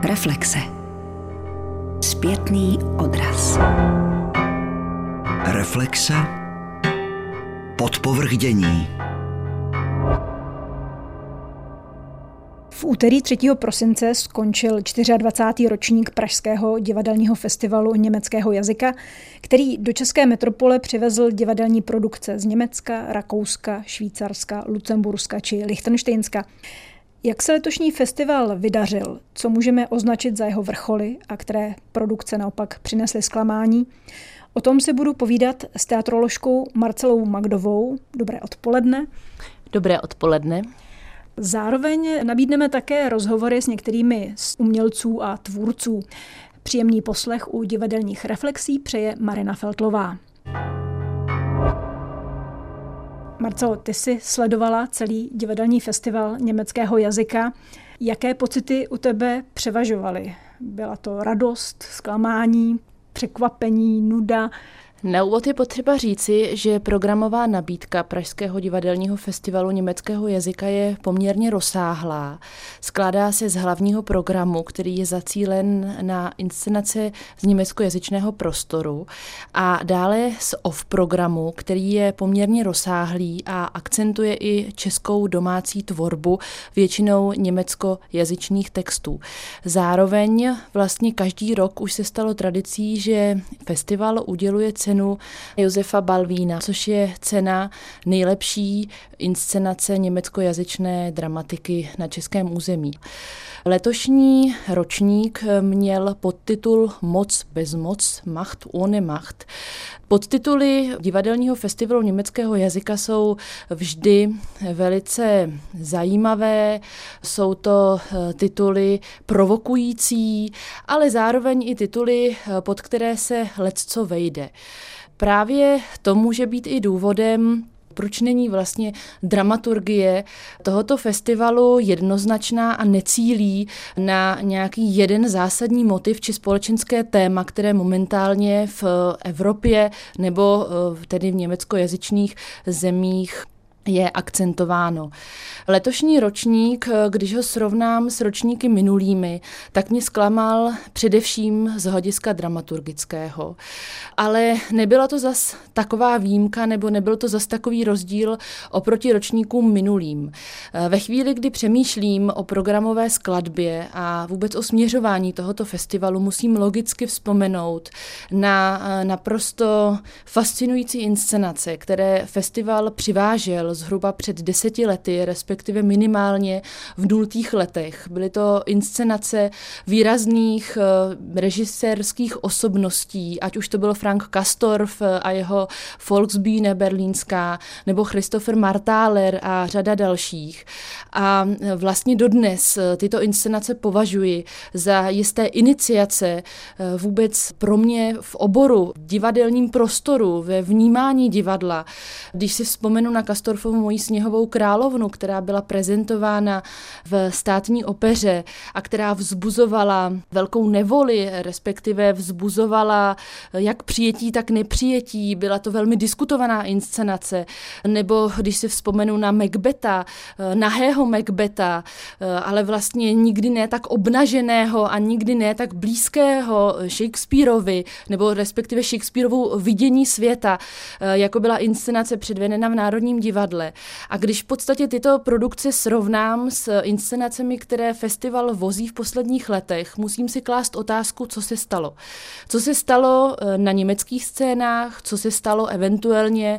Reflexe. Zpětný odraz. Reflexe. Podpovrchdění. V úterý 3. prosince skončil 24. ročník Pražského divadelního festivalu německého jazyka, který do české metropole přivezl divadelní produkce z Německa, Rakouska, Švýcarska, Lucemburska či Lichtenštejnska. Jak se letošní festival vydařil, co můžeme označit za jeho vrcholy a které produkce naopak přinesly zklamání? O tom si budu povídat s teatroložkou Marcelou Magdovou. Dobré odpoledne. Dobré odpoledne. Zároveň nabídneme také rozhovory s některými z umělců a tvůrců. Příjemný poslech u divadelních reflexí přeje Marina Feltlová. Marcelo, ty jsi sledovala celý divadelní festival německého jazyka. Jaké pocity u tebe převažovaly? Byla to radost, zklamání, překvapení, nuda? Na úvod je potřeba říci, že programová nabídka Pražského divadelního festivalu německého jazyka je poměrně rozsáhlá. Skládá se z hlavního programu, který je zacílen na inscenace z německojazyčného prostoru, a dále z off programu, který je poměrně rozsáhlý a akcentuje i českou domácí tvorbu, většinou německojazyčných textů. Zároveň vlastně každý rok už se stalo tradicí, že festival uděluje cenu Josefa Balvína, což je cena nejlepší inscenace německojazyčné dramatiky na českém území. Letošní ročník měl podtitul Moc bez moc, Macht ohne Macht. Podtituly divadelního festivalu německého jazyka jsou vždy velice zajímavé, jsou to tituly provokující, ale zároveň i tituly, pod které se lecco vejde. Právě to může být i důvodem, proč není vlastně dramaturgie tohoto festivalu jednoznačná a necílí na nějaký jeden zásadní motiv či společenské téma, které momentálně v Evropě nebo tedy v německojazyčných zemích je akcentováno. Letošní ročník, když ho srovnám s ročníky minulými, tak mě zklamal především z hlediska dramaturgického. Ale nebyla to zas taková výjimka, nebo nebyl to zas takový rozdíl oproti ročníkům minulým. Ve chvíli, kdy přemýšlím o programové skladbě a vůbec o směřování tohoto festivalu, musím logicky vzpomenout na naprosto fascinující inscenace, které festival přivážel zhruba před 10 lety, respektive minimálně v 0. letech. Byly to inscenace výrazných režisérských osobností, ať už to byl Frank Castorf a jeho Volksbühne berlínská, nebo Christopher Marthaler a řada dalších. A vlastně dodnes tyto inscenace považuji za jisté iniciace vůbec pro mě v oboru, v divadelním prostoru, ve vnímání divadla. Když si vzpomenu na Castorfovu Moji sněhovou královnu, která byla prezentována v státní opeře a která vzbuzovala velkou nevoli, respektive vzbuzovala jak přijetí, tak nepřijetí. Byla to velmi diskutovaná inscenace. Nebo když si vzpomenu na Macbetha, nahého Macbetha, ale vlastně nikdy ne tak obnaženého a nikdy ne tak blízkého Shakespeareovi, nebo respektive Shakespeareovu vidění světa, jako byla inscenace předvedena v Národním divadle. A když v podstatě tyto produkce srovnám s inscenacemi, které festival vozí v posledních letech, musím si klást otázku, co se stalo. Co se stalo na německých scénách, co se stalo eventuálně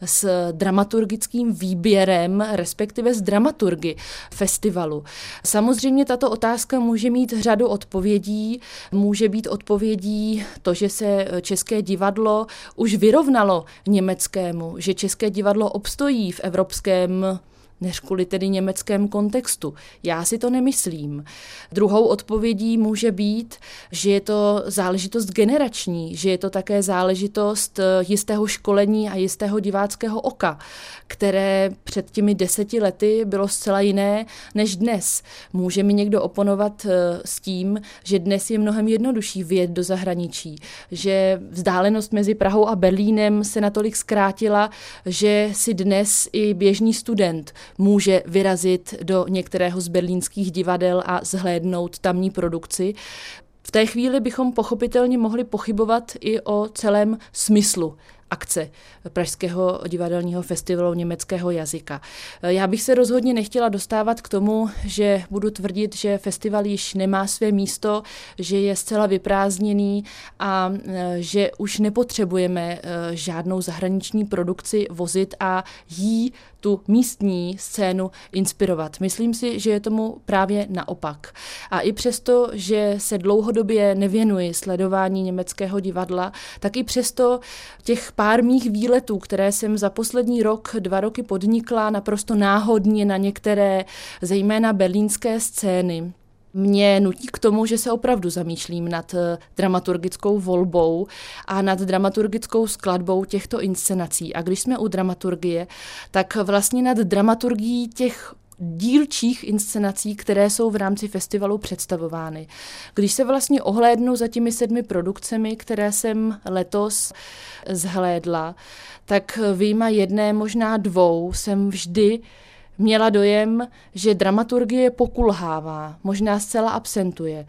s dramaturgickým výběrem, respektive s dramaturgy festivalu. Samozřejmě tato otázka může mít řadu odpovědí. Může být odpovědí to, že se české divadlo už vyrovnalo německému, že české divadlo obstojí v evropském, než kvůli tedy německém kontextu. Já si to nemyslím. Druhou odpovědí může být, že je to záležitost generační, že je to také záležitost jistého školení a jistého diváckého oka, které před těmi 10 lety bylo zcela jiné než dnes. Může mi někdo oponovat s tím, že dnes je mnohem jednodušší vyjet do zahraničí, že vzdálenost mezi Prahou a Berlínem se natolik zkrátila, že si dnes i běžný student může vyrazit do některého z berlínských divadel a zhlédnout tamní produkci. V té chvíli bychom pochopitelně mohli pochybovat i o celém smyslu akce Pražského divadelního festivalu německého jazyka. Já bych se rozhodně nechtěla dostávat k tomu, že budu tvrdit, že festival již nemá své místo, že je zcela vyprázdněný a že už nepotřebujeme žádnou zahraniční produkci vozit a jí tu místní scénu inspirovat. Myslím si, že je tomu právě naopak. A i přesto, že se dlouhodobě nevěnuji sledování německého divadla, tak i přesto těch pár mých výletů, které jsem za poslední rok, 2 roky podnikla naprosto náhodně na některé, zejména berlínské scény, mě nutí k tomu, že se opravdu zamýšlím nad dramaturgickou volbou a nad dramaturgickou skladbou těchto inscenací. A když jsme u dramaturgie, tak vlastně nad dramaturgií těch dílčích inscenací, které jsou v rámci festivalu představovány. Když se vlastně ohlédnu za těmi 7 produkcemi, které jsem letos zhlédla, tak vyjma jedné, možná 2, jsem vždy měla dojem, že dramaturgie pokulhává, možná zcela absentuje,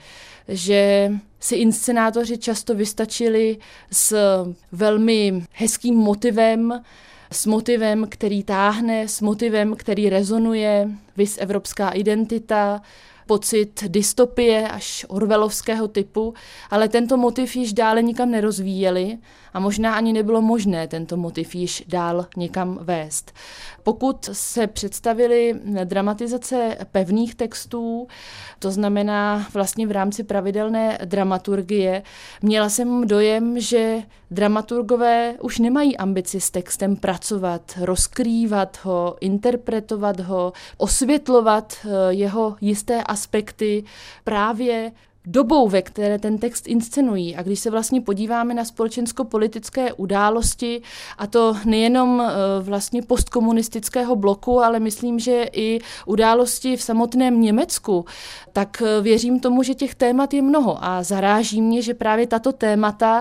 že si inscenátoři často vystačili s velmi hezkým motivem, s motivem, který táhne, s motivem, který rezonuje, viz evropská identita, pocit dystopie až orwellovského typu, ale tento motiv již dále nikam nerozvíjeli a možná ani nebylo možné tento motiv již dál někam vést. Pokud se představily dramatizace pevných textů, to znamená vlastně v rámci pravidelné dramaturgie, měla jsem dojem, že dramaturgové už nemají ambici s textem pracovat, rozkrývat ho, interpretovat ho, osvětlovat jeho jisté aspekty právě dobou, ve které ten text inscenují. A když se vlastně podíváme na společensko-politické události, a to nejenom vlastně postkomunistického bloku, ale myslím, že i události v samotném Německu, tak věřím tomu, že těch témat je mnoho. A zaráží mě, že právě tato témata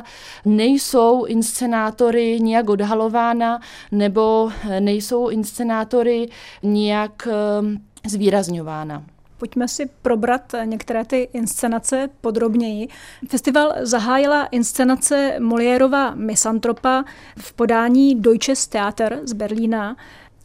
nejsou inscenátory nijak odhalována, nebo nejsou inscenátory nijak zvýrazňována. Pojďme si probrat některé ty inscenace podrobněji. Festival zahájila inscenace Moliérova Misantropa v podání Deutsches Theater z Berlína.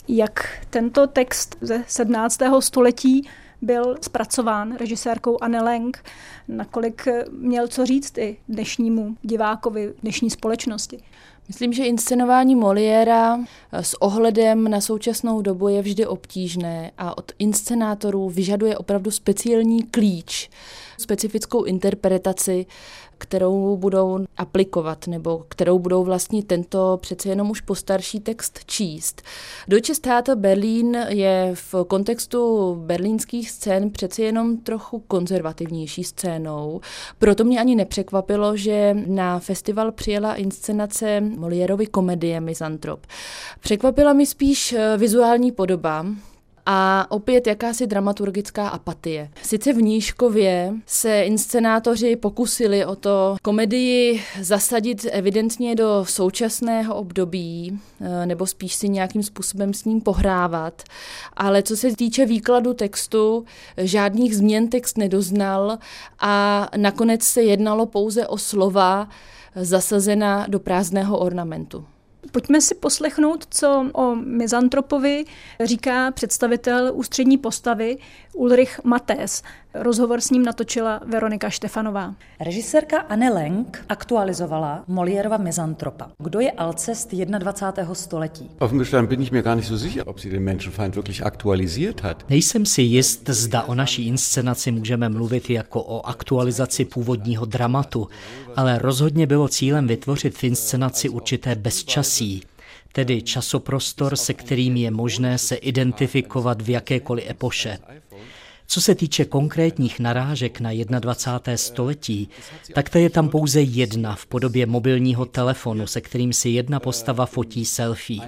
Jak tento text ze 17. století byl zpracován režisérkou Anne Lenk, nakolik měl co říct i dnešnímu divákovi, dnešní společnosti? Myslím, že inscenování Moliéra s ohledem na současnou dobu je vždy obtížné a od inscenátorů vyžaduje opravdu speciální klíč, specifickou interpretaci, kterou budou aplikovat nebo kterou budou vlastně tento přece jenom už postarší text číst. Deutsches Theater Berlin je v kontextu berlínských scén přece jenom trochu konzervativnější scénou. Proto mě ani nepřekvapilo, že na festival přijela inscenace Moliérovy komedie Misantrop. Překvapila mi spíš vizuální podoba, a opět jakási dramaturgická apatie. Sice v Nížkově se inscenátoři pokusili o to komedii zasadit evidentně do současného období, nebo spíš si nějakým způsobem s ním pohrávat, ale co se týče výkladu textu, žádných změn text nedoznal a nakonec se jednalo pouze o slova zasazená do prázdného ornamentu. Pojďme si poslechnout, co o Misantropovi říká představitel ústřední postavy Ulrich Matthes. Rozhovor s ním natočila Veronika Štefanová. Režisérka Anne Lenk aktualizovala Moliérova Misantropa. Kdo je Alcest 21. století? Offen gestanden bin ich mir gar nicht so sicher, ob sie den Menschenfeind wirklich aktualisiert hat. Nejsem si jist, zda o naší inscenaci můžeme mluvit jako o aktualizaci původního dramatu, ale rozhodně bylo cílem vytvořit v inscenaci určité bezčasí, tedy časoprostor, se kterým je možné se identifikovat v jakékoliv epoše. Co se týče konkrétních narážek na 21. století, tak ta je tam pouze jedna v podobě mobilního telefonu, se kterým si jedna postava fotí selfie.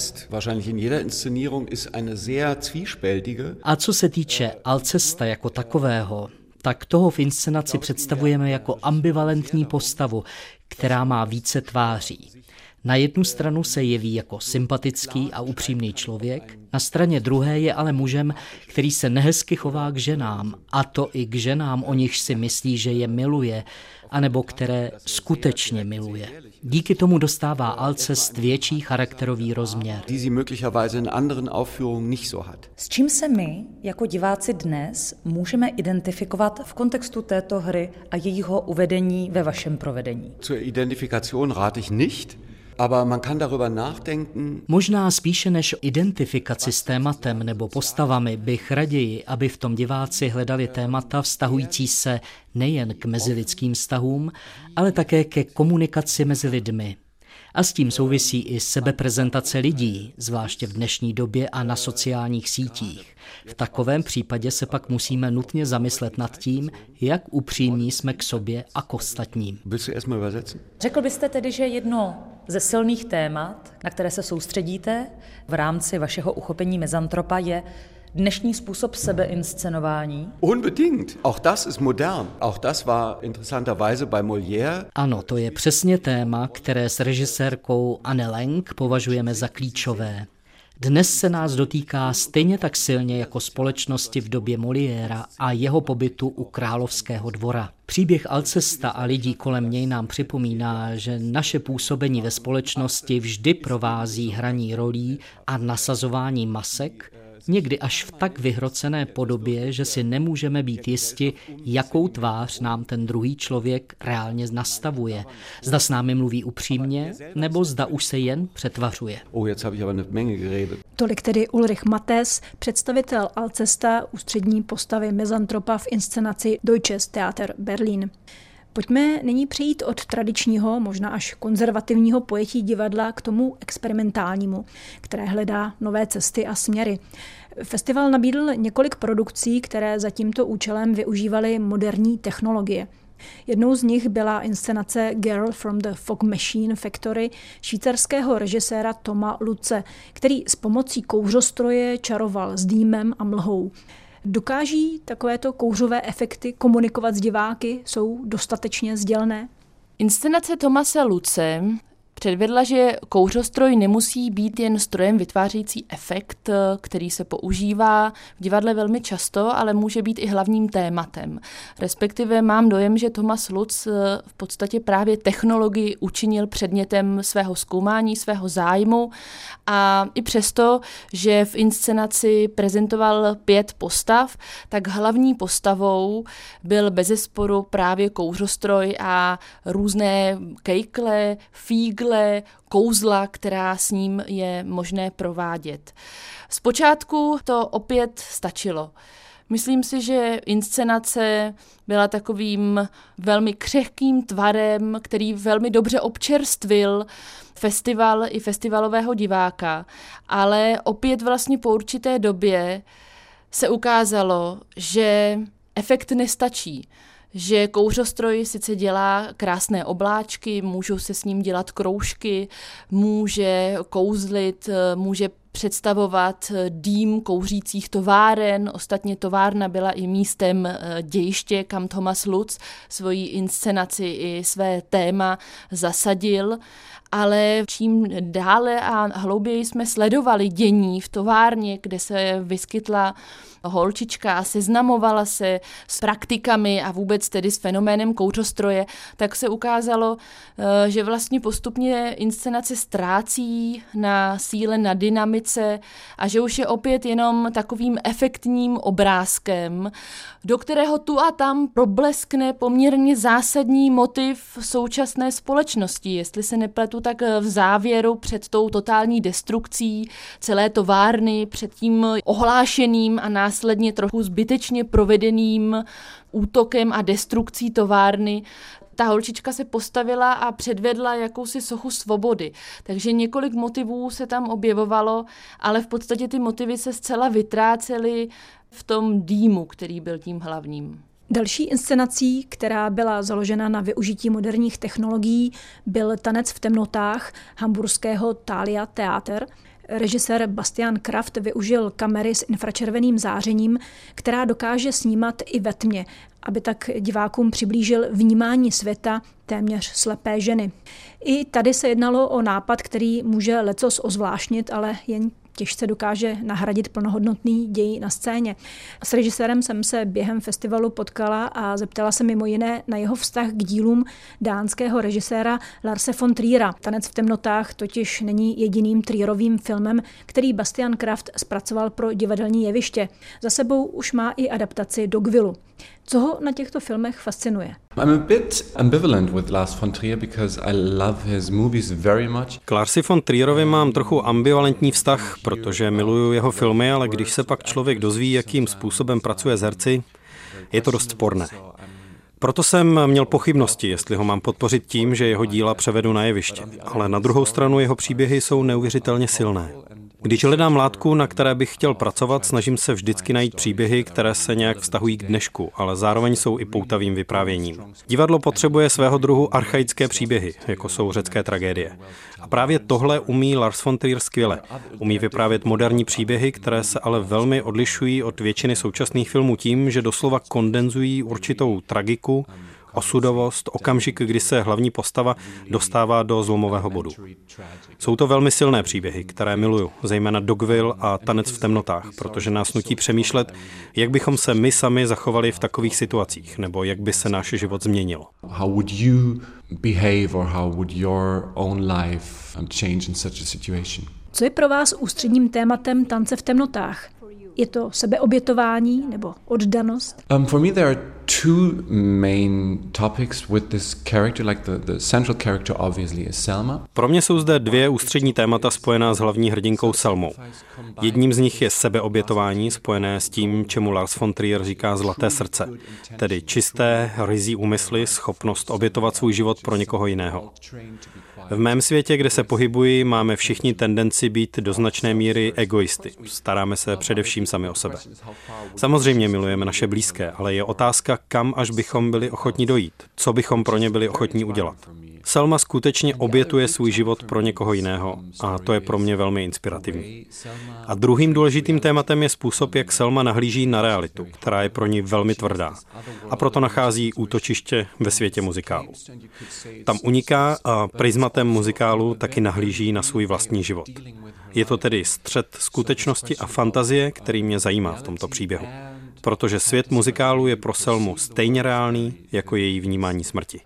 A co se týče Alcesta jako takového, tak toho v inscenaci představujeme jako ambivalentní postavu, která má více tváří. Na jednu stranu se jeví jako sympatický a upřímný člověk, na straně druhé je ale mužem, který se nehezky chová k ženám, a to i k ženám, o nichž si myslí, že je miluje, anebo které skutečně miluje. Díky tomu dostává Alcest větší charakterový rozměr. S čím se my, jako diváci dnes, můžeme identifikovat v kontextu této hry a jejího uvedení ve vašem provedení? Zur Identifikation rate ich nicht. Aber man kann darüber nachdenken. Možná spíše než identifikaci s tématem nebo postavami bych raději, aby v tom diváci hledali témata vztahující se nejen k mezilidským vztahům, ale také ke komunikaci mezi lidmi. A s tím souvisí i sebeprezentace lidí, zvláště v dnešní době a na sociálních sítích. V takovém případě se pak musíme nutně zamyslet nad tím, jak upřímní jsme k sobě a k ostatním. Řekl byste tedy, že jedno ze silných témat, na které se soustředíte v rámci vašeho uchopení mizantropa, je dnešní způsob sebeinscenování? Unbedingt. Auch das ist modern. Auch das war interessanterweise bei Molière. Ano, to je přesně téma, které s režisérkou Anne Lenk považujeme za klíčové. Dnes se nás dotýká stejně tak silně jako společnosti v době Moliéra a jeho pobytu u královského dvora. Příběh Alcesta a lidí kolem něj nám připomíná, že naše působení ve společnosti vždy provází hraní rolí a nasazování masek, někdy až v tak vyhrocené podobě, že si nemůžeme být jisti, jakou tvář nám ten druhý člověk reálně nastavuje. Zda s námi mluví upřímně, nebo zda už se jen přetvařuje. Tolik tedy Ulrich Matthes, představitel Alcesta, ústřední postavy mizantropa v inscenaci Deutsches Theater Berlin. Pojďme nyní přejít od tradičního, možná až konzervativního pojetí divadla k tomu experimentálnímu, které hledá nové cesty a směry. Festival nabídl několik produkcí, které za tímto účelem využívaly moderní technologie. Jednou z nich byla inscenace Girl from the Fog Machine Factory švýcarského režiséra Toma Lutze, který s pomocí kouřostroje čaroval s dýmem a mlhou. Dokáží takovéto kouřové efekty komunikovat s diváky? Jsou dostatečně sdělné? Inscenace Thomase Lutze předvedla, že kouřostroj nemusí být jen strojem vytvářející efekt, který se používá v divadle velmi často, ale může být i hlavním tématem. Respektive mám dojem, že Thomas Lutz v podstatě právě technologii učinil předmětem svého zkoumání, svého zájmu a i přesto, že v inscenaci prezentoval 5 postav, tak hlavní postavou byl bezesporu právě kouřostroj a různé kejkle, fígle, kouzla, která s ním je možné provádět. Zpočátku to opět stačilo. Myslím si, že inscenace byla takovým velmi křehkým tvarem, který velmi dobře občerstvil festival i festivalového diváka, ale opět vlastně po určité době se ukázalo, že efekt nestačí. Že kouřostroj sice dělá krásné obláčky, můžou se s ním dělat kroužky, může kouzlit, může představovat dým kouřících továren. Ostatně továrna byla i místem dějiště, kam Thomas Lutz svoji inscenaci i své téma zasadil. Ale čím dále a hlouběji jsme sledovali dění v továrně, kde se vyskytla holčička a seznamovala se s praktikami a vůbec tedy s fenoménem kouřostroje, tak se ukázalo, že vlastně postupně inscenace ztrácí na síle, na dynamice a že už je opět jenom takovým efektním obrázkem, do kterého tu a tam probleskne poměrně zásadní motiv současné společnosti. Jestli se nepletu, tak v závěru před tou totální destrukcí celé továrny, před tím ohlášeným a následně trochu zbytečně provedeným útokem a destrukcí továrny, ta holčička se postavila a předvedla jakousi sochu svobody. Takže několik motivů se tam objevovalo, ale v podstatě ty motivy se zcela vytrácely v tom dýmu, který byl tím hlavním. Další inscenací, která byla založena na využití moderních technologií, byl Tanec v temnotách hamburského Thalia Theater. Režisér Bastian Kraft využil kamery s infračerveným zářením, která dokáže snímat i ve tmě, aby tak divákům přiblížil vnímání světa téměř slepé ženy. I tady se jednalo o nápad, který může lecos ozvláštnit, ale jen těžce dokáže nahradit plnohodnotný děj na scéně. S režisérem jsem se během festivalu potkala a zeptala se mimo jiné na jeho vztah k dílům dánského režiséra Larse von Triera. Tanec v temnotách totiž není jediným Trierovým filmem, který Bastian Kraft zpracoval pro divadelní jeviště. Za sebou už má i adaptaci Dogvillu. Co ho na těchto filmech fascinuje? I'm a bit ambivalent with Lars von Trier because I love his movies very much. K Larsi von Trierovi mám trochu ambivalentní vztah, protože miluju jeho filmy, ale když se pak člověk dozví, jakým způsobem pracuje s herci, je to dost sporné. Proto jsem měl pochybnosti, jestli ho mám podpořit tím, že jeho díla převedu na jeviště. Ale na druhou stranu jeho příběhy jsou neuvěřitelně silné. Když hledám látku, na které bych chtěl pracovat, snažím se vždycky najít příběhy, které se nějak vztahují k dnešku, ale zároveň jsou i poutavým vyprávěním. Divadlo potřebuje svého druhu archaické příběhy, jako jsou řecké tragédie. A právě tohle umí Lars von Trier skvěle. Umí vyprávět moderní příběhy, které se ale velmi odlišují od většiny současných filmů tím, že doslova kondenzují určitou tragiku, osudovost, okamžik, kdy se hlavní postava dostává do zlomového bodu. Jsou to velmi silné příběhy, které miluju, zejména Dogville a Tanec v temnotách, protože nás nutí přemýšlet, jak bychom se my sami zachovali v takových situacích, nebo jak by se náš život změnil. How would you behave or how would your own life change in such a situation? Co je pro vás ústředním tématem Tance v temnotách? Je to sebeobětování nebo oddanost? For me there are two main topics with this character, like the central character obviously is Selma. Pro mě jsou zde dvě ústřední témata spojená s hlavní hrdinkou Selmou. Jedním z nich je sebeobětování spojené s tím, čemu Lars von Trier říká zlaté srdce, tedy čisté, ryzí úmysly, schopnost obětovat svůj život pro někoho jiného. V mém světě, kde se pohybuji, máme všichni tendenci být do značné míry egoisty. Staráme se především sami o sebe. Samozřejmě milujeme naše blízké, ale je otázka, kam až bychom byli ochotní dojít, co bychom pro ně byli ochotní udělat. Selma skutečně obětuje svůj život pro někoho jiného a to je pro mě velmi inspirativní. A druhým důležitým tématem je způsob, jak Selma nahlíží na realitu, která je pro ní velmi tvrdá a proto nachází útočiště ve světě muzikálu. Tam uniká a prizmatem muzikálu taky nahlíží na svůj vlastní život. Je to tedy střet skutečnosti a fantazie, který mě zajímá v tomto příběhu. Protože svět muzikálu je pro Selmu stejně reálný jako její vnímání smrti.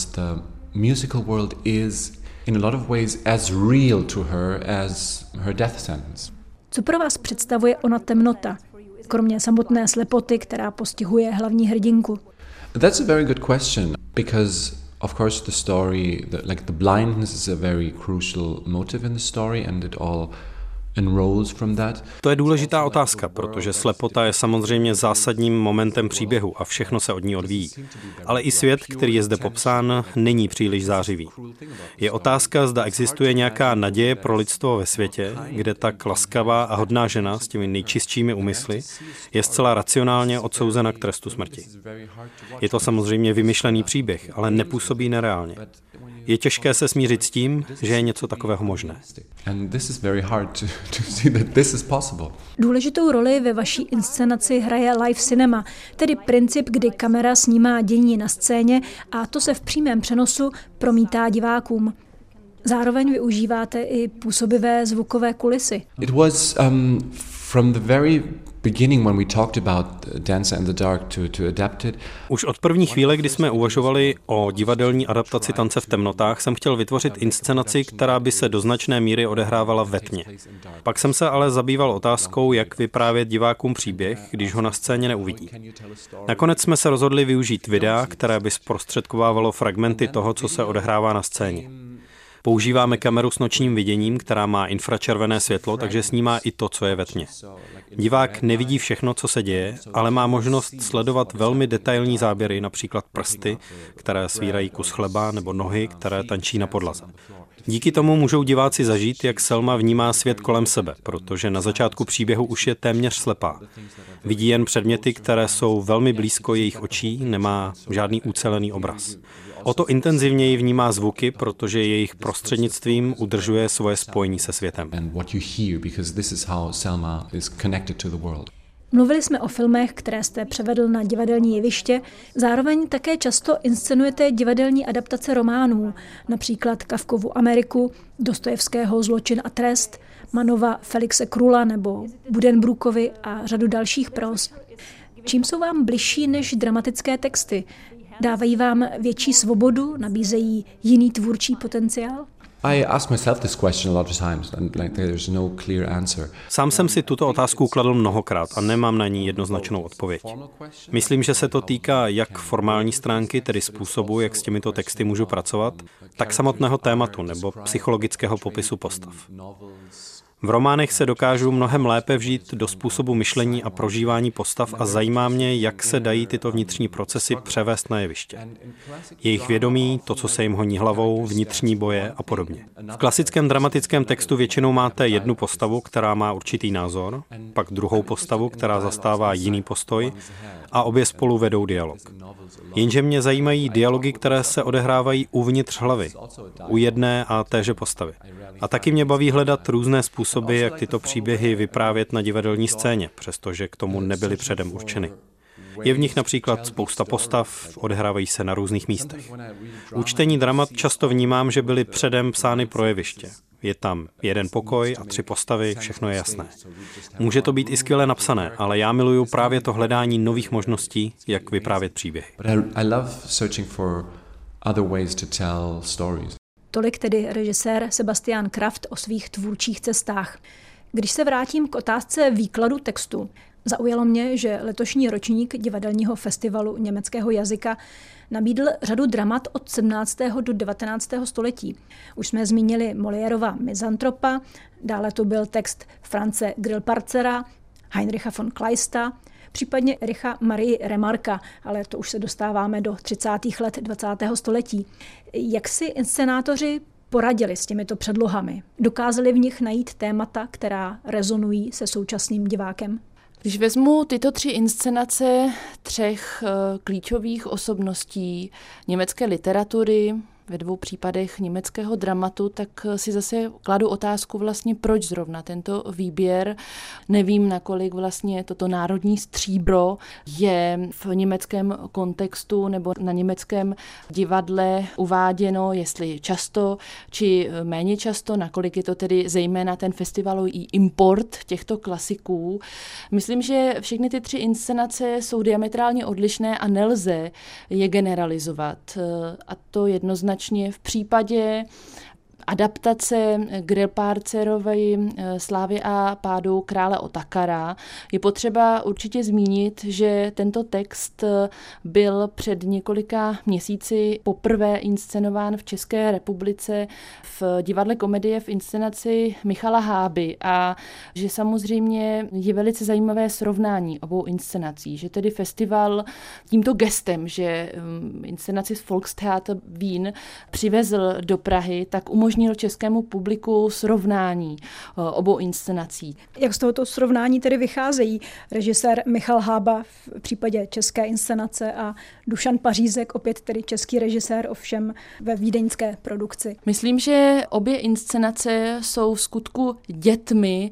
Musical world is in a lot of ways as real to her as her death sentence. Co pro vás představuje ona temnota, kromě samotné slepoty, která postihuje hlavní hrdinku? That's a very good question because of course the story, the blindness is a very crucial motive in the story and it all enrolls from that. To je důležitá otázka, protože slepota je samozřejmě zásadním momentem příběhu a všechno se od ní odvíjí. Ale i svět, který je zde popsán, není příliš zářivý. Je otázka, zda existuje nějaká naděje pro lidstvo ve světě, kde tak laskavá a hodná žena s těmi nejčistšími úmysly je zcela racionálně odsouzena k trestu smrti. Je to samozřejmě vymyšlený příběh, ale nepůsobí nereálně. Je těžké se smířit s tím, že je něco takového možné. Důležitou roli ve vaší inscenaci hraje live cinema, tedy princip, kdy kamera snímá dění na scéně a to se v přímém přenosu promítá divákům. Zároveň využíváte i působivé zvukové kulisy. It was from the very beginning when we talked about Dancer in the Dark to adapt it. Už od první chvíle, kdy jsme uvažovali o divadelní adaptaci Tance v temnotách, jsem chtěl vytvořit inscenaci, která by se do značné míry odehrávala ve tmě. Pak jsem se ale zabýval otázkou, jak vyprávět divákům příběh, když ho na scéně neuvidí. Nakonec jsme se rozhodli využít videa, které by zprostředkovávalo fragmenty toho, co se odehrává na scéně. Používáme kameru s nočním viděním, která má infračervené světlo, takže snímá i to, co je ve tmě. Divák nevidí všechno, co se děje, ale má možnost sledovat velmi detailní záběry, například prsty, které svírají kus chleba, nebo nohy, které tančí na podlaze. Díky tomu můžou diváci zažít, jak Selma vnímá svět kolem sebe, protože na začátku příběhu už je téměř slepá. Vidí jen předměty, které jsou velmi blízko jejich očí, nemá žádný ucelený obraz. O to intenzivněji vnímá zvuky, protože jejich prostřednictvím udržuje svoje spojení se světem. Mluvili jsme o filmech, které jste převedl na divadelní jeviště. Zároveň také často inscenujete divadelní adaptace románů, například Kafkovu Ameriku, Dostojevského Zločin a trest, Manova Felixe Krula nebo Buddenbrookovy a řadu dalších pros. Čím jsou vám bližší než dramatické texty? Dávají vám větší svobodu, nabízejí jiný tvůrčí potenciál? Sám jsem si tuto otázku kladl mnohokrát a nemám na ní jednoznačnou odpověď. Myslím, že se to týká jak formální stránky, tedy způsobu, jak s těmito texty můžu pracovat, tak samotného tématu nebo psychologického popisu postav. V románech se dokážu mnohem lépe vžít do způsobu myšlení a prožívání postav a zajímá mě, jak se dají tyto vnitřní procesy převést na jeviště. Jejich vědomí, to, co se jim honí hlavou, vnitřní boje a podobně. V klasickém dramatickém textu většinou máte jednu postavu, která má určitý názor, pak druhou postavu, která zastává jiný postoj a obě spolu vedou dialog. Jenže mě zajímají dialogy, které se odehrávají uvnitř hlavy, u jedné a téže postavy. A taky mě baví hledat různé způsoby, jak tyto příběhy vyprávět na divadelní scéně, přestože k tomu nebyly předem určeny. Je v nich například spousta postav, odehrávají se na různých místech. U čtení dramat často vnímám, že byly předem psány pro jeviště. Je tam jeden pokoj a 3 postavy, všechno je jasné. Může to být i skvěle napsané, ale já miluju právě to hledání nových možností, jak vyprávět příběhy. Tolik tedy režisér Sebastian Kraft o svých tvůrčích cestách. Když se vrátím k otázce výkladu textu, zaujalo mě, že letošní ročník divadelního festivalu německého jazyka nabídl řadu dramat od 17. do 19. století. Už jsme zmínili Moliérova Mizantropa, dále to byl text France Grillparzera, Heinricha von Kleista, případně Ericha Marie Remarka, ale to už se dostáváme do 30. let 20. století. Jak si inscenátoři poradili s těmito předlohami? Dokázali v nich najít témata, která rezonují se současným divákem? Když vezmu tyto 3 inscenace 3 klíčových osobností německé literatury, ve 2 případech německého dramatu, tak si zase kladu otázku vlastně, proč zrovna tento výběr. Nevím, nakolik vlastně toto národní stříbro je v německém kontextu nebo na německém divadle uváděno, jestli často či méně často, nakolik je to tedy zejména ten festivalový import těchto klasiků. Myslím, že všechny ty 3 inscenace jsou diametrálně odlišné a nelze je generalizovat. A to jednoznačně v případě adaptace Grillparzerovy Slávy a pádu krále Otakara je potřeba určitě zmínit, že tento text byl před několika měsíci poprvé inscenován v České republice v divadle Komedie v inscenaci Michala Háby a že samozřejmě je velice zajímavé srovnání obou inscenací, že tedy festival tímto gestem, že inscenaci z Volkstheater Wien přivezl do Prahy, tak umožnil českému publiku srovnání obou inscenací. Jak z tohoto srovnání tedy vycházejí režisér Michal Hába v případě české inscenace a Dušan Pařízek, opět tedy český režisér, ovšem ve vídeňské produkci? Myslím, že obě inscenace jsou v skutku dětmi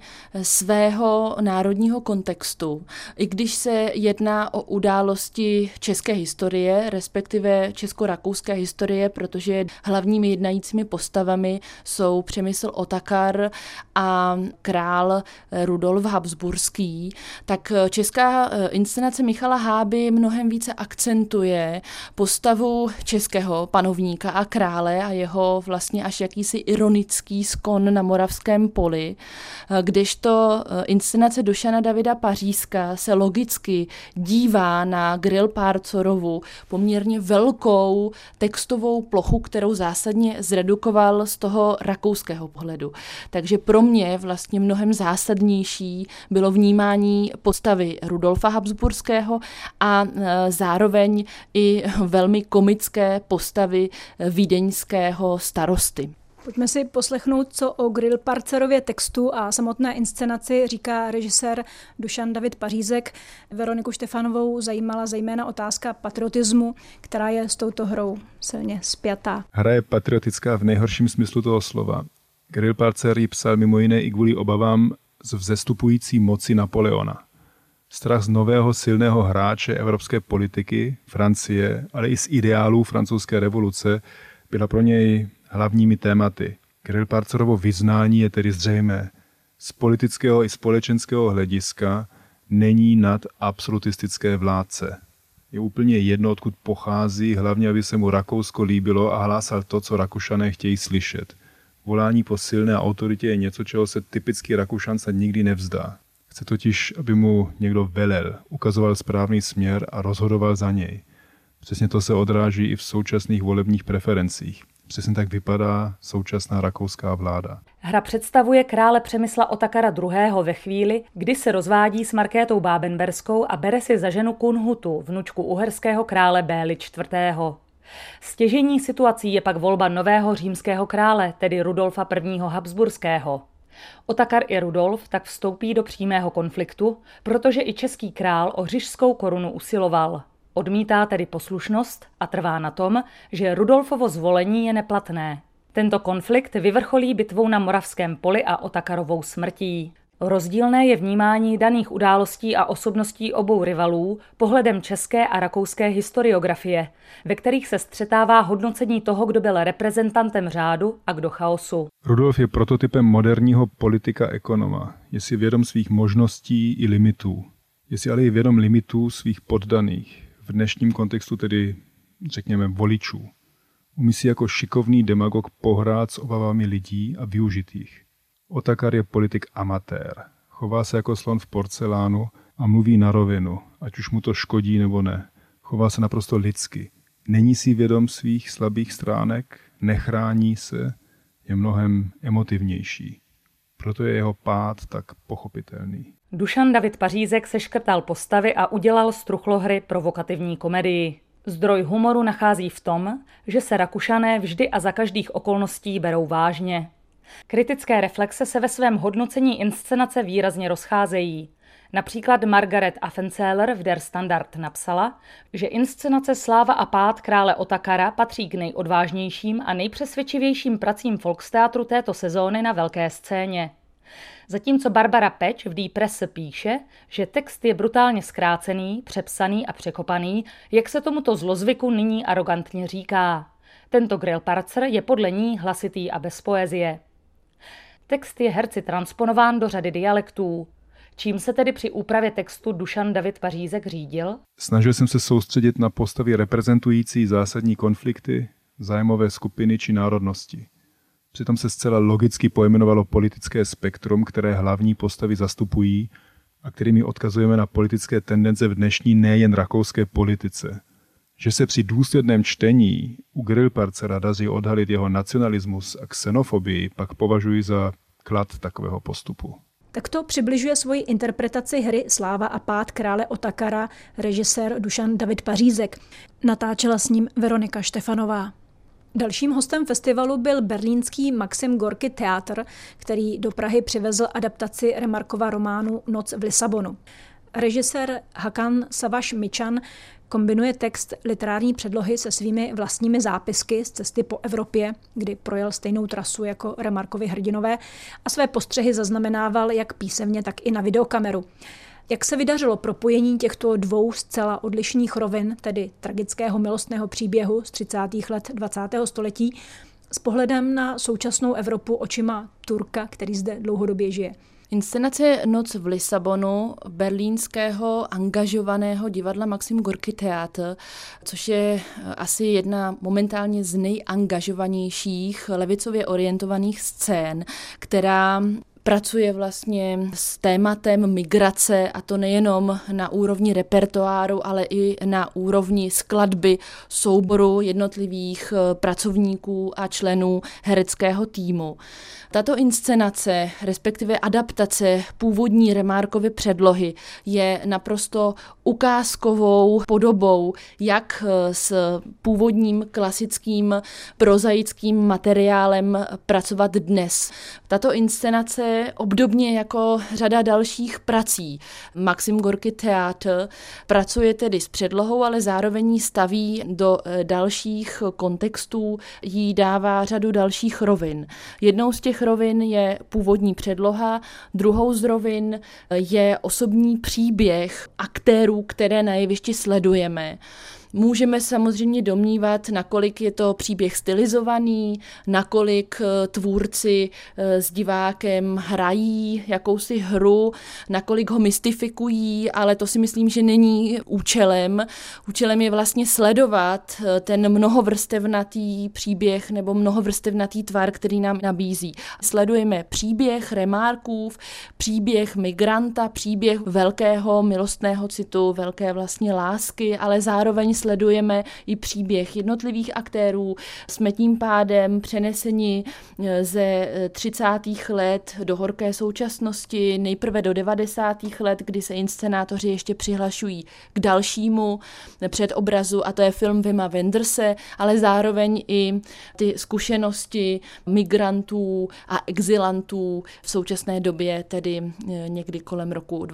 svého národního kontextu. I když se jedná o události české historie, respektive česko-rakouské historie, protože hlavními jednajícími postavami jsou Přemysl Otakar a král Rudolf Habsburský, tak česká inscenace Michala Háby mnohem více akcentuje postavu českého panovníka a krále a jeho vlastně až jakýsi ironický skon na Moravském poli, kdežto inscenace Dušana Davida Pařízka se logicky dívá na Grillparzerovu poměrně velkou textovou plochu, kterou zásadně zredukoval z toho rakouského pohledu. Takže pro mě vlastně mnohem zásadnější bylo vnímání postavy Rudolfa Habsburského a zároveň i velmi komické postavy vídeňského starosty. Pojďme si poslechnout, co o Grillparcerově textu a samotné inscenaci říká režisér Dušan David Pařízek. Veroniku Štefanovou zajímala zejména otázka patriotismu, která je s touto hrou silně spjatá. Hra je patriotická v nejhorším smyslu toho slova. Grillparcer ji psal mimo jiné i kvůli obavám z vzestupující moci Napoleona. Strach z nového silného hráče evropské politiky, Francie, ale i z ideálů francouzské revoluce byla pro něj hlavními tématy. Grillparcerovo vyznání je tedy zřejmé. Z politického i společenského hlediska není nad absolutistické vládce. Je úplně jedno, odkud pochází, hlavně aby se mu Rakousko líbilo a hlásal to, co Rakušané chtějí slyšet. Volání po silné autoritě je něco, čeho se typický Rakušan se nikdy nevzdá. Chce totiž, aby mu někdo velel, ukazoval správný směr a rozhodoval za něj. Přesně to se odráží i v současných volebních preferencích. Přesně tak vypadá současná rakouská vláda. Hra představuje krále Přemysla Otakara II. Ve chvíli, kdy se rozvádí s Markétou Bábenberskou a bere si za ženu Kunhutu, vnučku uherského krále Béli IV. Stěžejní situací je pak volba nového římského krále, tedy Rudolfa I. Habsburského. Otakar i Rudolf tak vstoupí do přímého konfliktu, protože i český král o říšskou korunu usiloval. Odmítá tedy poslušnost a trvá na tom, že Rudolfovo zvolení je neplatné. Tento konflikt vyvrcholí bitvou na Moravském poli a Otakarovou smrtí. Rozdílné je vnímání daných událostí a osobností obou rivalů pohledem české a rakouské historiografie, ve kterých se střetává hodnocení toho, kdo byl reprezentantem řádu a kdo chaosu. Rudolf je prototypem moderního politika ekonoma. Je si vědom svých možností i limitů. Je si ale i vědom limitů svých poddaných. V dnešním kontextu tedy, řekněme, voličů. Umí si jako šikovný demagog pohrát s obavami lidí a využít jich. Otakar je politik amatér. Chová se jako slon v porcelánu a mluví na rovinu, ať už mu to škodí nebo ne. Chová se naprosto lidsky. Není si vědom svých slabých stránek, nechrání se, je mnohem emotivnější. Proto je jeho pád tak pochopitelný. Dušan David Pařízek seškrtal postavy a udělal z truchlohry provokativní komedii. Zdroj humoru nachází v tom, že se Rakušané vždy a za každých okolností berou vážně. Kritické reflexe se ve svém hodnocení inscenace výrazně rozcházejí. Například Margaret Affenzeller v Der Standard napsala, že inscenace Sláva a pád krále Otakara patří k nejodvážnějším a nejpřesvědčivějším pracím Volksteatru této sezóny na velké scéně. Zatímco Barbara Peč v Die Presse píše, že text je brutálně zkrácený, přepsaný a překopaný, jak se tomuto zlozvyku nyní arogantně říká. Tento Grillparzer je podle ní hlasitý a bez poezie. Text je herci transponován do řady dialektů. Čím se tedy při úpravě textu Dušan David Pařízek řídil? Snažil jsem se soustředit na postavy reprezentující zásadní konflikty, zájmové skupiny či národnosti. Přitom se zcela logicky pojmenovalo politické spektrum, které hlavní postavy zastupují a kterými odkazujeme na politické tendence v dnešní nejen rakouské politice. Že se při důsledném čtení u Grillparzera daří odhalit jeho nacionalismus a xenofobii, pak považuji za klad takového postupu. Takto přibližuje svoji interpretaci hry Sláva a pád krále Otakara režisér Dušan David Pařízek. Natáčela s ním Veronika Štefanová. Dalším hostem festivalu byl berlínský Maxim Gorky Theater, který do Prahy přivezl adaptaci Remarkova románu Noc v Lisabonu. Režisér Hakan Savaš-Mičan kombinuje text literární předlohy se svými vlastními zápisky z cesty po Evropě, kdy projel stejnou trasu jako Remarkovi hrdinové a své postřehy zaznamenával jak písemně, tak i na videokameru. Jak se vydařilo propojení těchto dvou zcela odlišných rovin, tedy tragického milostného příběhu z 30. let 20. století, s pohledem na současnou Evropu očima Turka, který zde dlouhodobě žije? Inscenace Noc v Lisabonu berlínského angažovaného divadla Maxim Gorky Theater, což je asi jedna momentálně z nejangažovanějších levicově orientovaných scén, která pracuje vlastně s tématem migrace, a to nejenom na úrovni repertoáru, ale i na úrovni skladby souboru jednotlivých pracovníků a členů hereckého týmu. Tato inscenace, respektive adaptace původní Remarkovy předlohy, je naprosto ukázkovou podobou, jak s původním klasickým prozaickým materiálem pracovat dnes. Tato inscenace, obdobně jako řada dalších prací Maxim Gorky Theater, pracuje tedy s předlohou, ale zároveň ji staví do dalších kontextů, jí dává řadu dalších rovin. Jednou z těch rovin je původní předloha, druhou z rovin je osobní příběh aktérů, které na jevišti sledujeme. Můžeme samozřejmě domnívat, nakolik je to příběh stylizovaný, nakolik tvůrci s divákem hrají jakousi hru, nakolik ho mystifikují, ale to si myslím, že není účelem. Účelem je vlastně sledovat ten mnohovrstevnatý příběh nebo mnohovrstevnatý tvar, který nám nabízí. Sledujeme příběh Remarkův, příběh migranta, příběh velkého milostného citu, velké vlastně lásky, ale zároveň sledujeme i příběh jednotlivých aktérů. Jsme tím pádem přeneseni ze 30. let do horké současnosti, nejprve do 90. let, kdy se inscenátoři ještě přihlašují k dalšímu předobrazu, a to je film Wima Wenderse, ale zároveň i ty zkušenosti migrantů a exilantů v současné době, tedy někdy kolem roku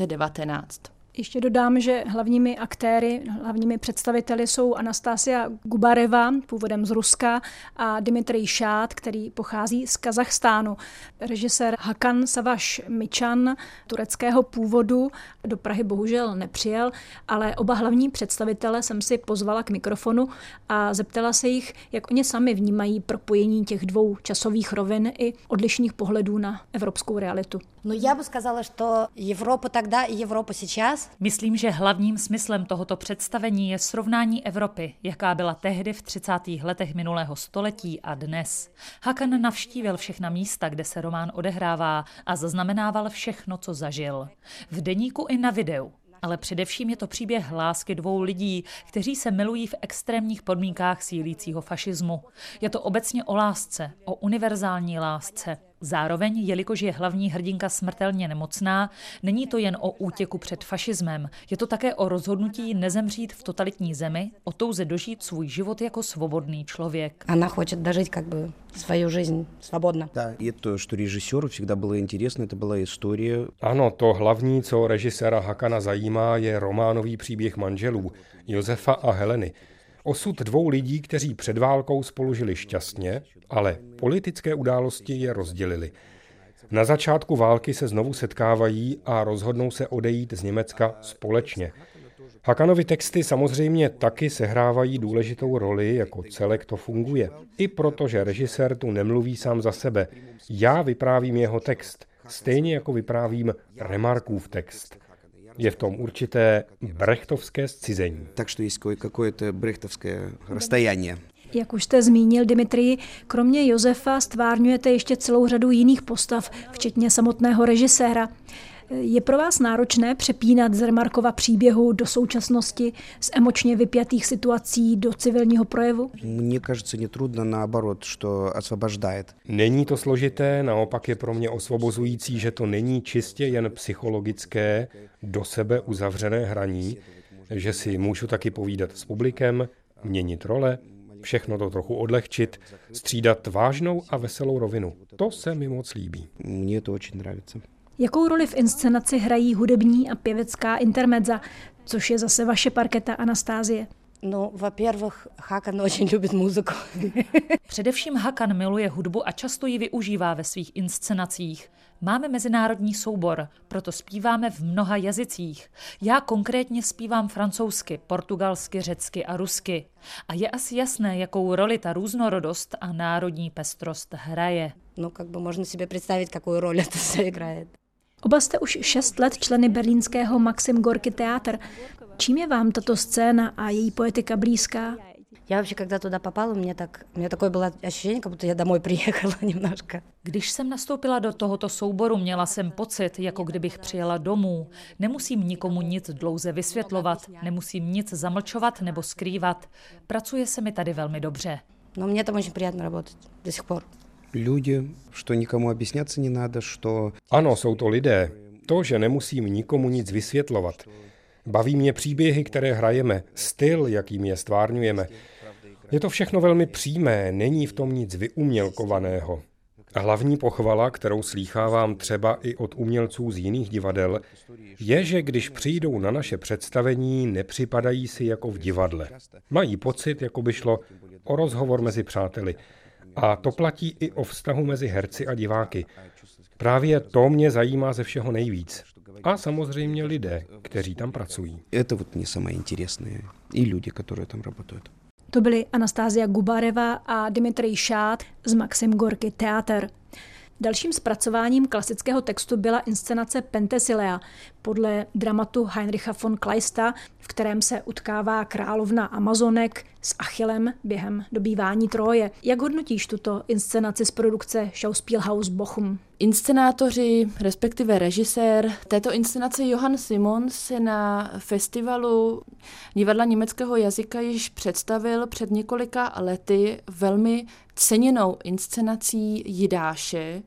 2019. Ještě dodám, že hlavními aktéry, hlavními představiteli jsou Anastasia Gubareva, původem z Ruska, a Dimitrij Šát, který pochází z Kazachstánu. Režisér Hakan Savaş-Miçan, tureckého původu, do Prahy bohužel nepřijel, ale oba hlavní představitele jsem si pozvala k mikrofonu a zeptala se jich, jak oni sami vnímají propojení těch dvou časových rovin i odlišných pohledů na evropskou realitu. No, já bych сказала, že Evropa тогда и Evropa сейчас. Myslím, že hlavním smyslem tohoto představení je srovnání Evropy, jaká byla tehdy v 30. letech minulého století a dnes. Hakan navštívil všechna místa, kde se román odehrává, a zaznamenával všechno, co zažil. V deníku i na videu. Ale především je to příběh lásky dvou lidí, kteří se milují v extrémních podmínkách sílícího fašismu. Je to obecně o lásce, o univerzální lásce. Zároveň, jelikož je hlavní hrdinka smrtelně nemocná, není to jen o útěku před fašismem, je to také o rozhodnutí nezemřít v totalitní zemi, o touze dožít svůj život jako svobodný člověk. Она хочет дожить свою жизнь свободно. Да, и то, что режиссеру всегда было интересно, это была история. Ano, to hlavní, co režiséra Hakana zajímá, je románový příběh manželů, Josefa a Heleny. Osud dvou lidí, kteří před válkou spolu žili šťastně, ale politické události je rozdělily. Na začátku války se znovu setkávají a rozhodnou se odejít z Německa společně. Hakanovy texty samozřejmě taky sehrávají důležitou roli, jako celek to funguje. I proto, že režisér tu nemluví sám za sebe. Já vyprávím jeho text, stejně jako vyprávím Remarkův text. Je v tom určité brechtovské zcizení. Takže je какое-то брехтовské rozstajání. Jak už jste zmínil, Dimitrij, kromě Josefa stvárňujete ještě celou řadu jiných postav, včetně samotného režiséra. Je pro vás náročné přepínat z Remarkova příběhu do současnosti, z emočně vypjatých situací do civilního projevu? Mně кажется, нетрудно, наоборот, что освобождает. Není to složité, naopak je pro mě osvobozující, že to není čistě jen psychologické, do sebe uzavřené hraní, že si můžu taky povídat s publikem, měnit role, všechno to trochu odlehčit, střídat vážnou a veselou rovinu. To se mi moc líbí. Mně to очень nравится. Jakou roli v inscenaci hrají hudební a pěvecká intermezza, což je zase vaše parketa, Anastasie? No, во-первых, Hakan очень любит музыку. Především Hakan miluje hudbu a často ji využívá ve svých inscenacích. Máme mezinárodní soubor, proto zpíváme v mnoha jazycích. Já konkrétně zpívám francouzsky, portugalsky, řecky a rusky. A je asi jasné, jakou roli ta různorodost a národní pestrost hraje. No, можно себе представить, какую роль это сыграет. Oba jste už 6 let členy berlínského Maxim Gorky Theater. Čím je vám tato scéna a její poetika blízká? Já вообще, когда туда попала, у меня такое было ощущение, как будто я домой приехала немножко. Když jsem nastoupila do tohoto souboru, měla jsem pocit, jako kdybych přijela domů. Nemusím nikomu nic dlouze vysvětlovat, nemusím nic zamlčovat nebo skrývat. Pracuje se mi tady velmi dobře. No, мне там очень приятно работать до сих пор. Люди, что никому объясняться не надо, что... Ano, jsou to lidé. To, že nemusím nikomu nic vysvětlovat. Baví mě příběhy, které hrajeme, styl, jakým je stvárňujeme. Je to všechno velmi přímé, není v tom nic vyumělkovaného. A hlavní pochvala, kterou slýchávám třeba i od umělců z jiných divadel, je, že když přijdou na naše představení, nepřipadají si jako v divadle. Mají pocit, jako by šlo o rozhovor mezi přáteli. A to platí i o vztahu mezi herci a diváky. Právě to mě zajímá ze všeho nejvíc. A samozřejmě lidé, kteří tam pracují. Это вот мне самое интересное. И люди, которые там работают. To byly Anastázia Gubareva a Dmitrij Šát z Maxim Gorky Teatr. Dalším zpracováním klasického textu byla inscenace Penthesilea podle dramatu Heinricha von Kleista, v kterém se utkává královna Amazonek s Achillem během dobývání Tróje. Jak hodnotíš tuto inscenaci z produkce Schauspielhaus Bochum? Inscenátoři, respektive režisér této inscenace Johann Simons se na festivalu divadla německého jazyka již představil před několika lety velmi ceněnou inscenací Jidáše,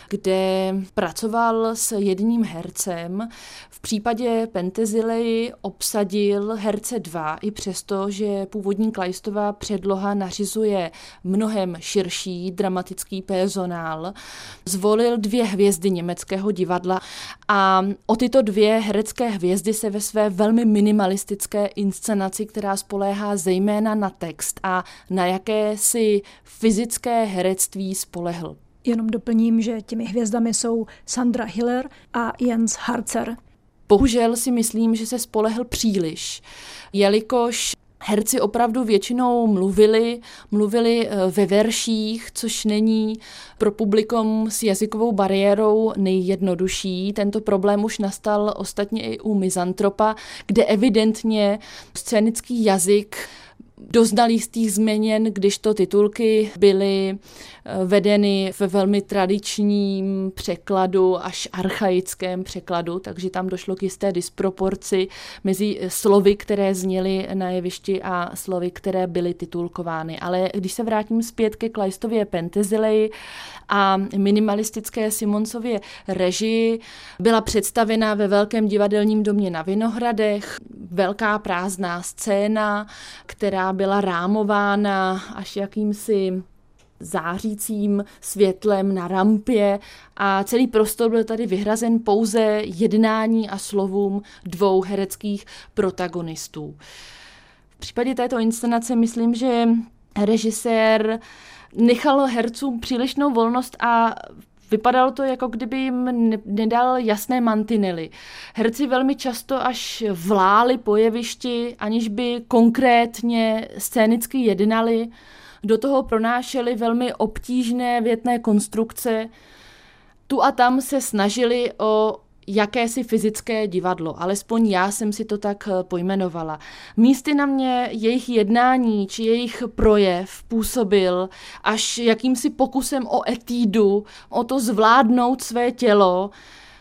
kde pracoval s jedním hercem. V případě Penthesilei obsadil herce 2, i přesto, že původní Kleistova předloha nařizuje mnohem širší dramatický personál. Zvolil 2 hvězdy německého divadla a o tyto 2 herecké hvězdy se ve své velmi minimalistické inscenaci, která spoléhá zejména na text a na jakési fyzické herectví, spolehl. Jenom doplním, že těmi hvězdami jsou Sandra Hiller a Jens Harzer. Bohužel si myslím, že se spolehl příliš, jelikož herci opravdu většinou mluvili ve verších, což není pro publikum s jazykovou bariérou nejjednodušší. Tento problém už nastal ostatně i u Mizantropa, kde evidentně scénický jazyk doznal jistých změn, když to titulky byly vedeny ve velmi tradičním překladu, až archaickém překladu, takže tam došlo k jisté disproporci mezi slovy, které zněly na jevišti a slovy, které byly titulkovány. Ale když se vrátím zpět ke Kleistově Penthesilei a minimalistické Simonsově režii, byla představena ve Velkém divadelním domě na Vinohradech, velká prázdná scéna, která byla rámována až jakýmsi zářícím světlem na rampě a celý prostor byl tady vyhrazen pouze jednání a slovům 2 hereckých protagonistů. V případě této inscenace myslím, že režisér nechal hercům přílišnou volnost a vypadalo to, jako kdyby jim nedal jasné mantinely. Herci velmi často až vláli po jevišti, aniž by konkrétně scénicky jednali. Do toho pronášeli velmi obtížné větné konstrukce. Tu a tam se snažili o jakési fyzické divadlo, alespoň já jsem si to tak pojmenovala. Místy na mě jejich jednání či jejich projev působil až jakýmsi pokusem o etídu, o to zvládnout své tělo,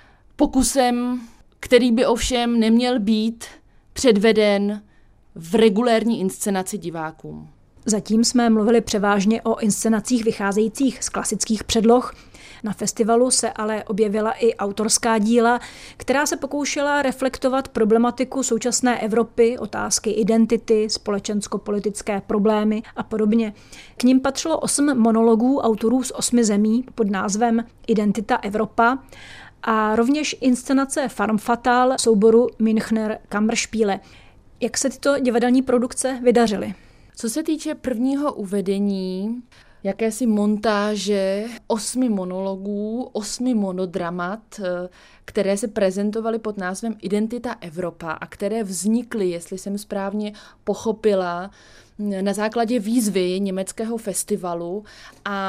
pokusem, který by ovšem neměl být předveden v regulérní inscenaci divákům. Zatím jsme mluvili převážně o inscenacích vycházejících z klasických předloh. Na festivalu se ale objevila i autorská díla, která se pokoušela reflektovat problematiku současné Evropy, otázky identity, společensko-politické problémy a podobně. K nim patřilo 8 monologů autorů z 8 zemí pod názvem Identita Evropa a rovněž inscenace Femme fatale souboru Münchner Kammerspiele. Jak se tyto divadelní produkce vydařily? Co se týče prvního uvedení, jakési montáže 8 monologů, 8 monodramat, které se prezentovaly pod názvem Identita Evropa a které vznikly, jestli jsem správně pochopila, na základě výzvy německého festivalu a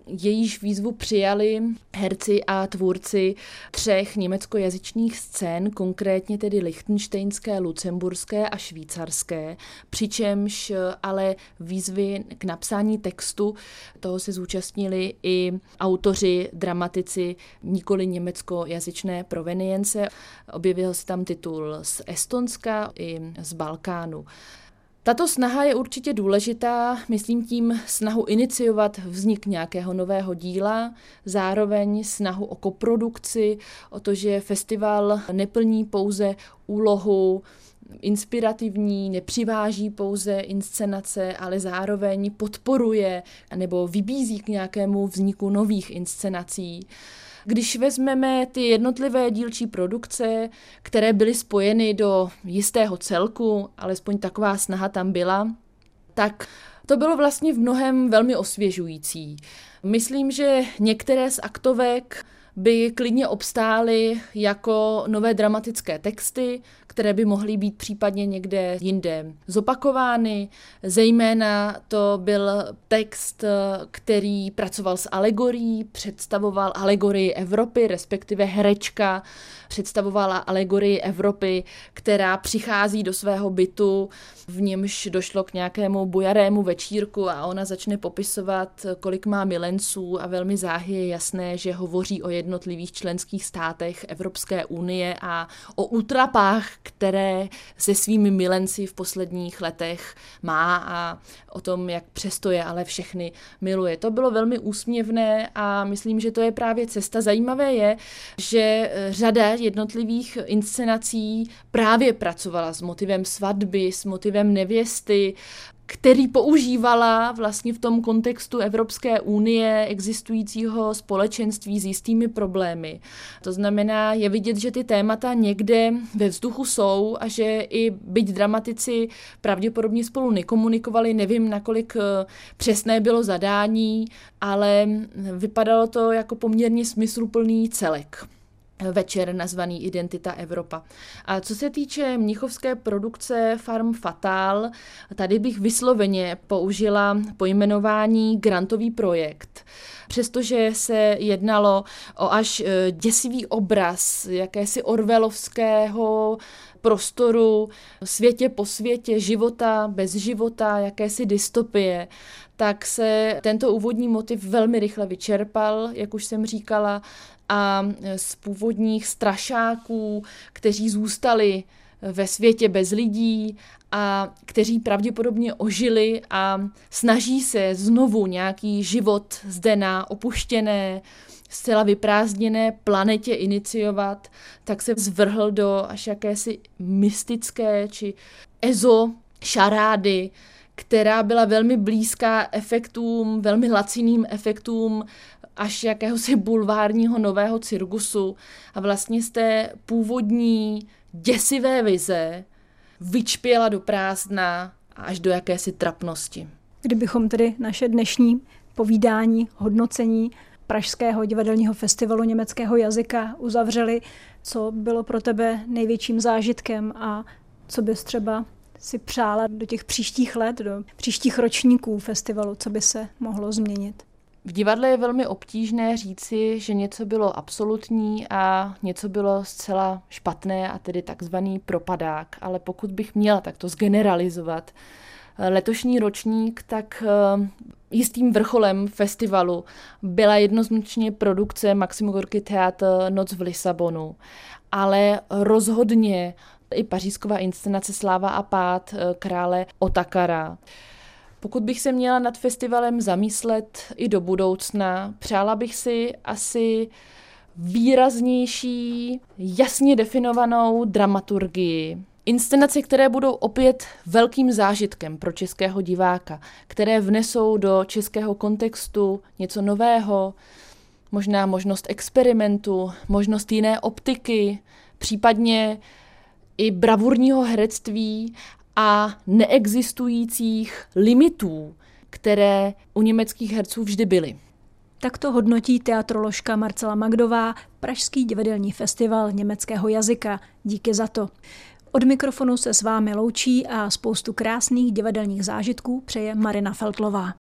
jejíž výzvu přijali herci a tvůrci 3 německojazyčných scén, konkrétně tedy lichtenštejnské, lucemburské a švýcarské, přičemž ale výzvy k napsání textu toho se zúčastnili i autoři, dramatici nikoli německojazyčné provenience. Objevil se tam titul z Estonska i z Balkánu. Tato snaha je určitě důležitá, myslím tím snahu iniciovat vznik nějakého nového díla, zároveň snahu o koprodukci, o to, že festival neplní pouze úlohu inspirativní, nepřiváží pouze inscenace, ale zároveň podporuje nebo vybízí k nějakému vzniku nových inscenací. Když vezmeme ty jednotlivé dílčí produkce, které byly spojeny do jistého celku, alespoň taková snaha tam byla, tak to bylo vlastně v mnohém velmi osvěžující. Myslím, že některé z aktovek by klidně obstály jako nové dramatické texty, které by mohly být případně někde jinde zopakovány. Zejména to byl text, který pracoval s alegorií, představoval alegorii Evropy, respektive herečka představovala alegorii Evropy, která přichází do svého bytu, v němž došlo k nějakému bujarému večírku a ona začne popisovat, kolik má milenců a velmi záhy je jasné, že hovoří o jednotlivých členských státech Evropské unie a o útrapách, které se svými milenci v posledních letech má a o tom, jak přesto je ale všechny miluje. To bylo velmi úsměvné a myslím, že to je právě cesta. Zajímavé je, že řada jednotlivých inscenací právě pracovala s motivem svatby, s motivem nevěsty, který používala vlastně v tom kontextu Evropské unie, existujícího společenství s jistými problémy. To znamená, je vidět, že ty témata někde ve vzduchu jsou a že i byť dramatici pravděpodobně spolu nekomunikovali, nevím, nakolik přesné bylo zadání, ale vypadalo to jako poměrně smysluplný celek. Večer nazvaný Identita Evropa. A co se týče mnichovské produkce Femme Fatale, tady bych vysloveně použila pojmenování grantový projekt. Přestože se jednalo o až děsivý obraz jakési orwellovského prostoru, světě po světě, života bez života, jakési dystopie, tak se tento úvodní motiv velmi rychle vyčerpal, jak už jsem říkala, a z původních strašáků, kteří zůstali ve světě bez lidí a kteří pravděpodobně ožili a snaží se znovu nějaký život zde na opuštěné, zcela vyprázdněné planetě iniciovat, tak se zvrhl do až jakési mystické či šarády, která byla velmi blízká efektům, velmi laciným efektům až jakéhosi bulvárního nového cirkusu a vlastně z té původní děsivé vize vyčpěla do prázdna až do jakési trapnosti. Kdybychom tedy naše dnešní povídání, hodnocení Pražského divadelního festivalu německého jazyka uzavřeli, co bylo pro tebe největším zážitkem a co bys třeba si přála do těch příštích let, do příštích ročníků festivalu, co by se mohlo změnit? V divadle je velmi obtížné říci, že něco bylo absolutní a něco bylo zcela špatné a tedy takzvaný propadák. Ale pokud bych měla takto zgeneralizovat letošní ročník, tak jistým vrcholem festivalu byla jednoznačně produkce Maximo Gorky Theater Noc v Lisabonu. Ale rozhodně i pařížská inscenace Sláva a pád krále Otakara. Pokud bych se měla nad festivalem zamyslet i do budoucna, přála bych si asi výraznější, jasně definovanou dramaturgii. Inscenace, které budou opět velkým zážitkem pro českého diváka, které vnesou do českého kontextu něco nového, možná možnost experimentu, možnost jiné optiky, případně i bravurního herectví a neexistujících limitů, které u německých herců vždy byly. Tak to hodnotí teatroložka Marcela Magdová Pražský divadelní festival německého jazyka. Díky za to. Od mikrofonu se s vámi loučí a spoustu krásných divadelních zážitků přeje Marina Feltlová.